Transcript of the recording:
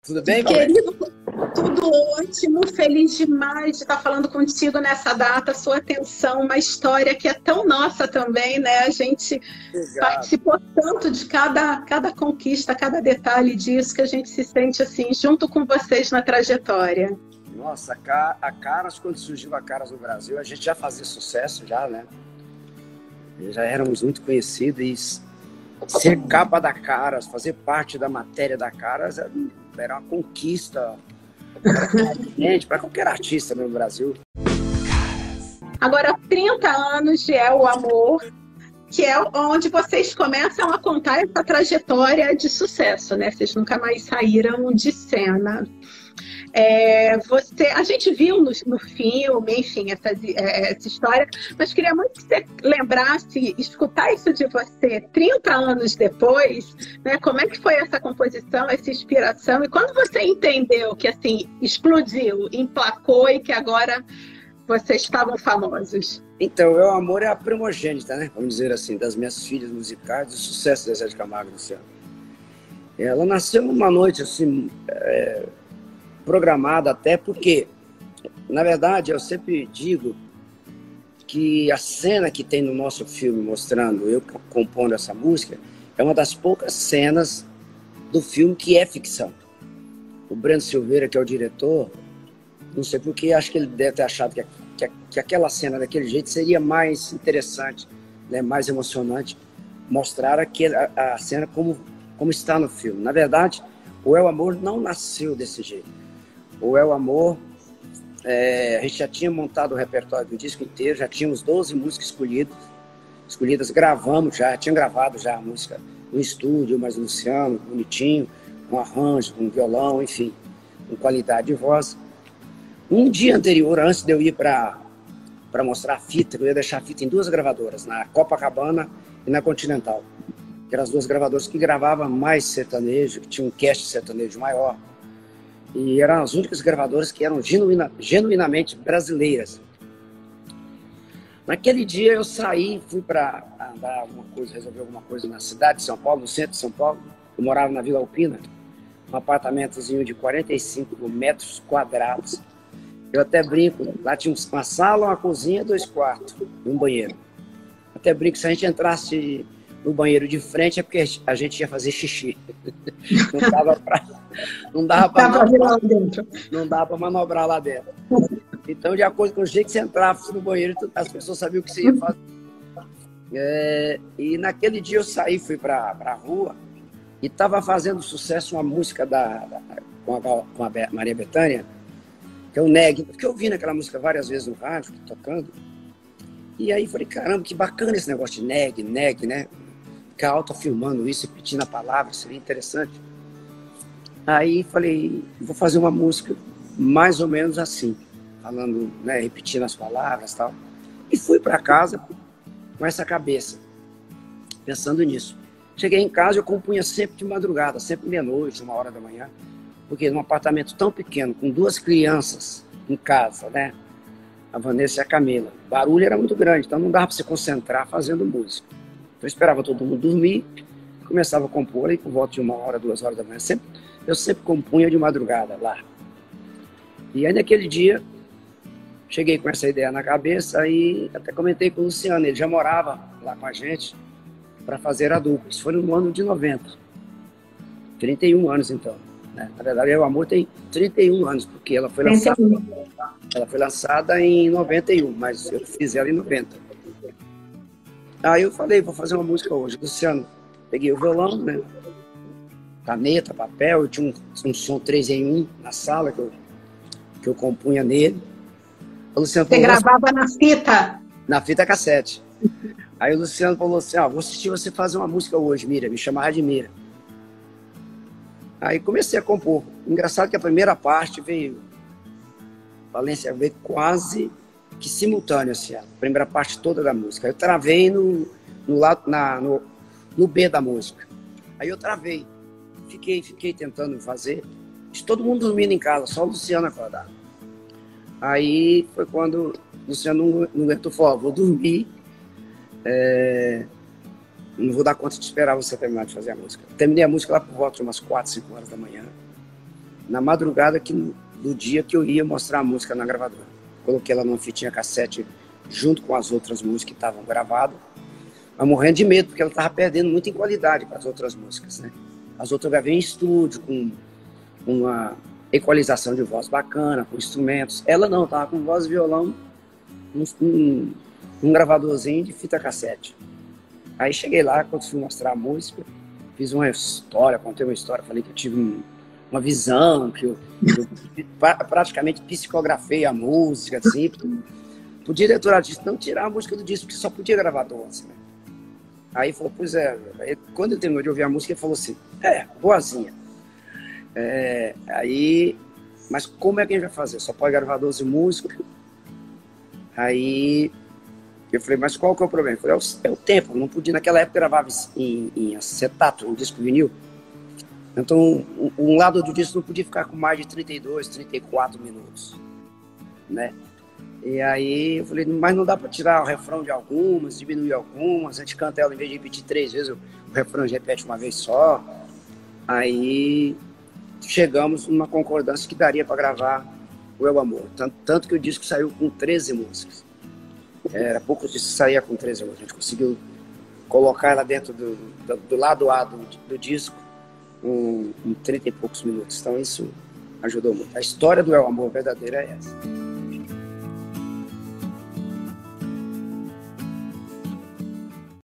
Tudo bem, Maurício? Querido, tudo ótimo, feliz demais de estar falando contigo nessa data. Sua atenção, uma história que é tão nossa também, né? A gente Obrigado. participou tanto de cada conquista, cada detalhe disso, que a gente se sente assim, junto com vocês na trajetória. Nossa, a Caras, quando surgiu a Caras no Brasil, a gente já fazia sucesso, já, né? Já éramos muito conhecidos e ser capa da Caras, fazer parte da matéria da Caras era uma conquista para qualquer artista no Brasil. Agora, 30 anos de É o Amor, que é onde vocês começam a contar essa trajetória de sucesso, né? Vocês nunca mais saíram de cena. A gente viu no filme, enfim, essa história, mas queria muito que você lembrasse, escutar isso de você 30 anos depois, né? Como é que foi essa composição, essa inspiração, e quando você entendeu que assim explodiu, emplacou e que agora vocês estavam famosos? Então, o Amor é a primogênita, né? Vamos dizer assim, das minhas filhas musicais, do sucesso da Zé de Camargo e Luciano. Ela nasceu numa noite assim, programada até porque, na verdade, eu sempre digo que a cena que tem no nosso filme mostrando eu compondo essa música é uma das poucas cenas do filme que é ficção. O Breno Silveira, que é o diretor, não sei porquê, acho que ele deve ter achado que aquela cena daquele jeito seria mais interessante, né, mais emocionante, mostrar a cena como está no filme. Na verdade, o El Amor não nasceu desse jeito. O El Amor, a gente já tinha montado o repertório do disco inteiro, já tínhamos 12 músicas escolhidas, gravamos já, tinha gravado já a música no estúdio, mas o Luciano, bonitinho, com arranjo, com violão, enfim, com qualidade de voz. Um dia anterior, antes de eu ir para mostrar a fita, eu ia deixar a fita em duas gravadoras, na Copacabana e na Continental, que eram as duas gravadoras que gravavam mais sertanejo, que tinham um cast sertanejo maior. E eram as únicas gravadoras que eram genuinamente brasileiras. Naquele dia eu saí, fui para andar alguma coisa, resolver alguma coisa na cidade de São Paulo, no centro de São Paulo. Eu morava na Vila Alpina, um apartamentozinho de 45 metros quadrados. Eu até brinco, lá tinha uma sala, uma cozinha, 2 quartos e um banheiro. Até brinco, se a gente entrasse no banheiro de frente é porque a gente ia fazer xixi. Não dava para manobrar lá dentro. Então, de acordo com o jeito que você entrava no banheiro, as pessoas sabiam o que você ia fazer. E naquele dia eu saí, fui para a rua e estava fazendo sucesso uma música com a Maria Bethânia, que é o Neg, porque eu ouvi aquela música várias vezes no rádio, tocando. E aí falei, caramba, que bacana esse negócio de Neg, né? Ficar auto-filmando isso, repetindo a palavra, seria interessante. Aí falei, vou fazer uma música mais ou menos assim, falando, né, repetindo as palavras e tal. E fui para casa com essa cabeça, pensando nisso. Cheguei em casa, eu compunha sempre de madrugada, sempre meia-noite, 1h da manhã, porque num apartamento tão pequeno, com 2 crianças em casa, né, a Vanessa e a Camila, o barulho era muito grande, então não dava para se concentrar fazendo música. Então eu esperava todo mundo dormir, começava a compor aí por volta de 1h, 2h da manhã, eu sempre compunha de madrugada lá. E aí naquele dia, cheguei com essa ideia na cabeça e até comentei com o Luciano, ele já morava lá com a gente para fazer a dupla. Isso foi no ano de 90. 31 anos então. Né? Na verdade, o Amor tem 31 anos, porque ela foi lançada em 91, mas eu fiz ela em 90. Aí eu falei, vou fazer uma música hoje. Luciano, peguei o violão, né? Caneta, papel, eu tinha um som 3 em 1 na sala que eu compunha nele. O Luciano falou, você gravava na fita? Na fita cassete. Aí o Luciano falou assim, vou assistir você fazer uma música hoje, Mira, me chamava de Mira. Aí comecei a compor. Engraçado que a primeira parte veio quase que simultâneo, assim, a primeira parte toda da música. Eu travei no B da música. Aí eu travei. Fiquei tentando fazer. Todo mundo dormindo em casa, só o Luciano acordado. Aí foi quando o Luciano não aguentou, falou, vou dormir. Não vou dar conta de esperar você terminar de fazer a música. Terminei a música lá por volta de umas 4, 5 horas da manhã. na madrugada do dia que eu ia mostrar a música na gravadora. Coloquei ela numa fitinha cassete junto com as outras músicas que estavam gravadas, mas morrendo de medo, porque ela estava perdendo muito em qualidade com as outras músicas, né? As outras eu gravei em estúdio, com uma equalização de voz bacana, com instrumentos. Ela não, estava com voz e violão, um gravadorzinho de fita cassete. Aí cheguei lá, quando fui mostrar a música, fiz uma história, contei uma história, falei que eu tive uma visão, que eu praticamente psicografei a música, assim, pro diretor artista não tirar a música do disco, porque só podia gravar 12, né? Aí falou, pois é. Aí, quando ele terminou de ouvir a música, ele falou assim, boazinha. Mas como é que a gente vai fazer? Só pode gravar 12 músicas? Aí eu falei, mas qual que é o problema? Eu falei, é o tempo, não podia, naquela época gravava em acetato, um disco vinil. Então, um lado do disco não podia ficar com mais de 32, 34 minutos, né? E aí eu falei, mas não dá para tirar o refrão de algumas, diminuir algumas, a gente canta ela, em vez de repetir 3 vezes, o refrão a gente repete uma vez só. Aí chegamos numa concordância que daria para gravar o Eu Amor. Tanto que o disco saiu com 13 músicas. Era pouco disco que saía com 13 músicas. A gente conseguiu colocar ela dentro do lado A do disco em 30 e poucos minutos. Então isso ajudou muito. A história do Eu Amor verdadeira é essa.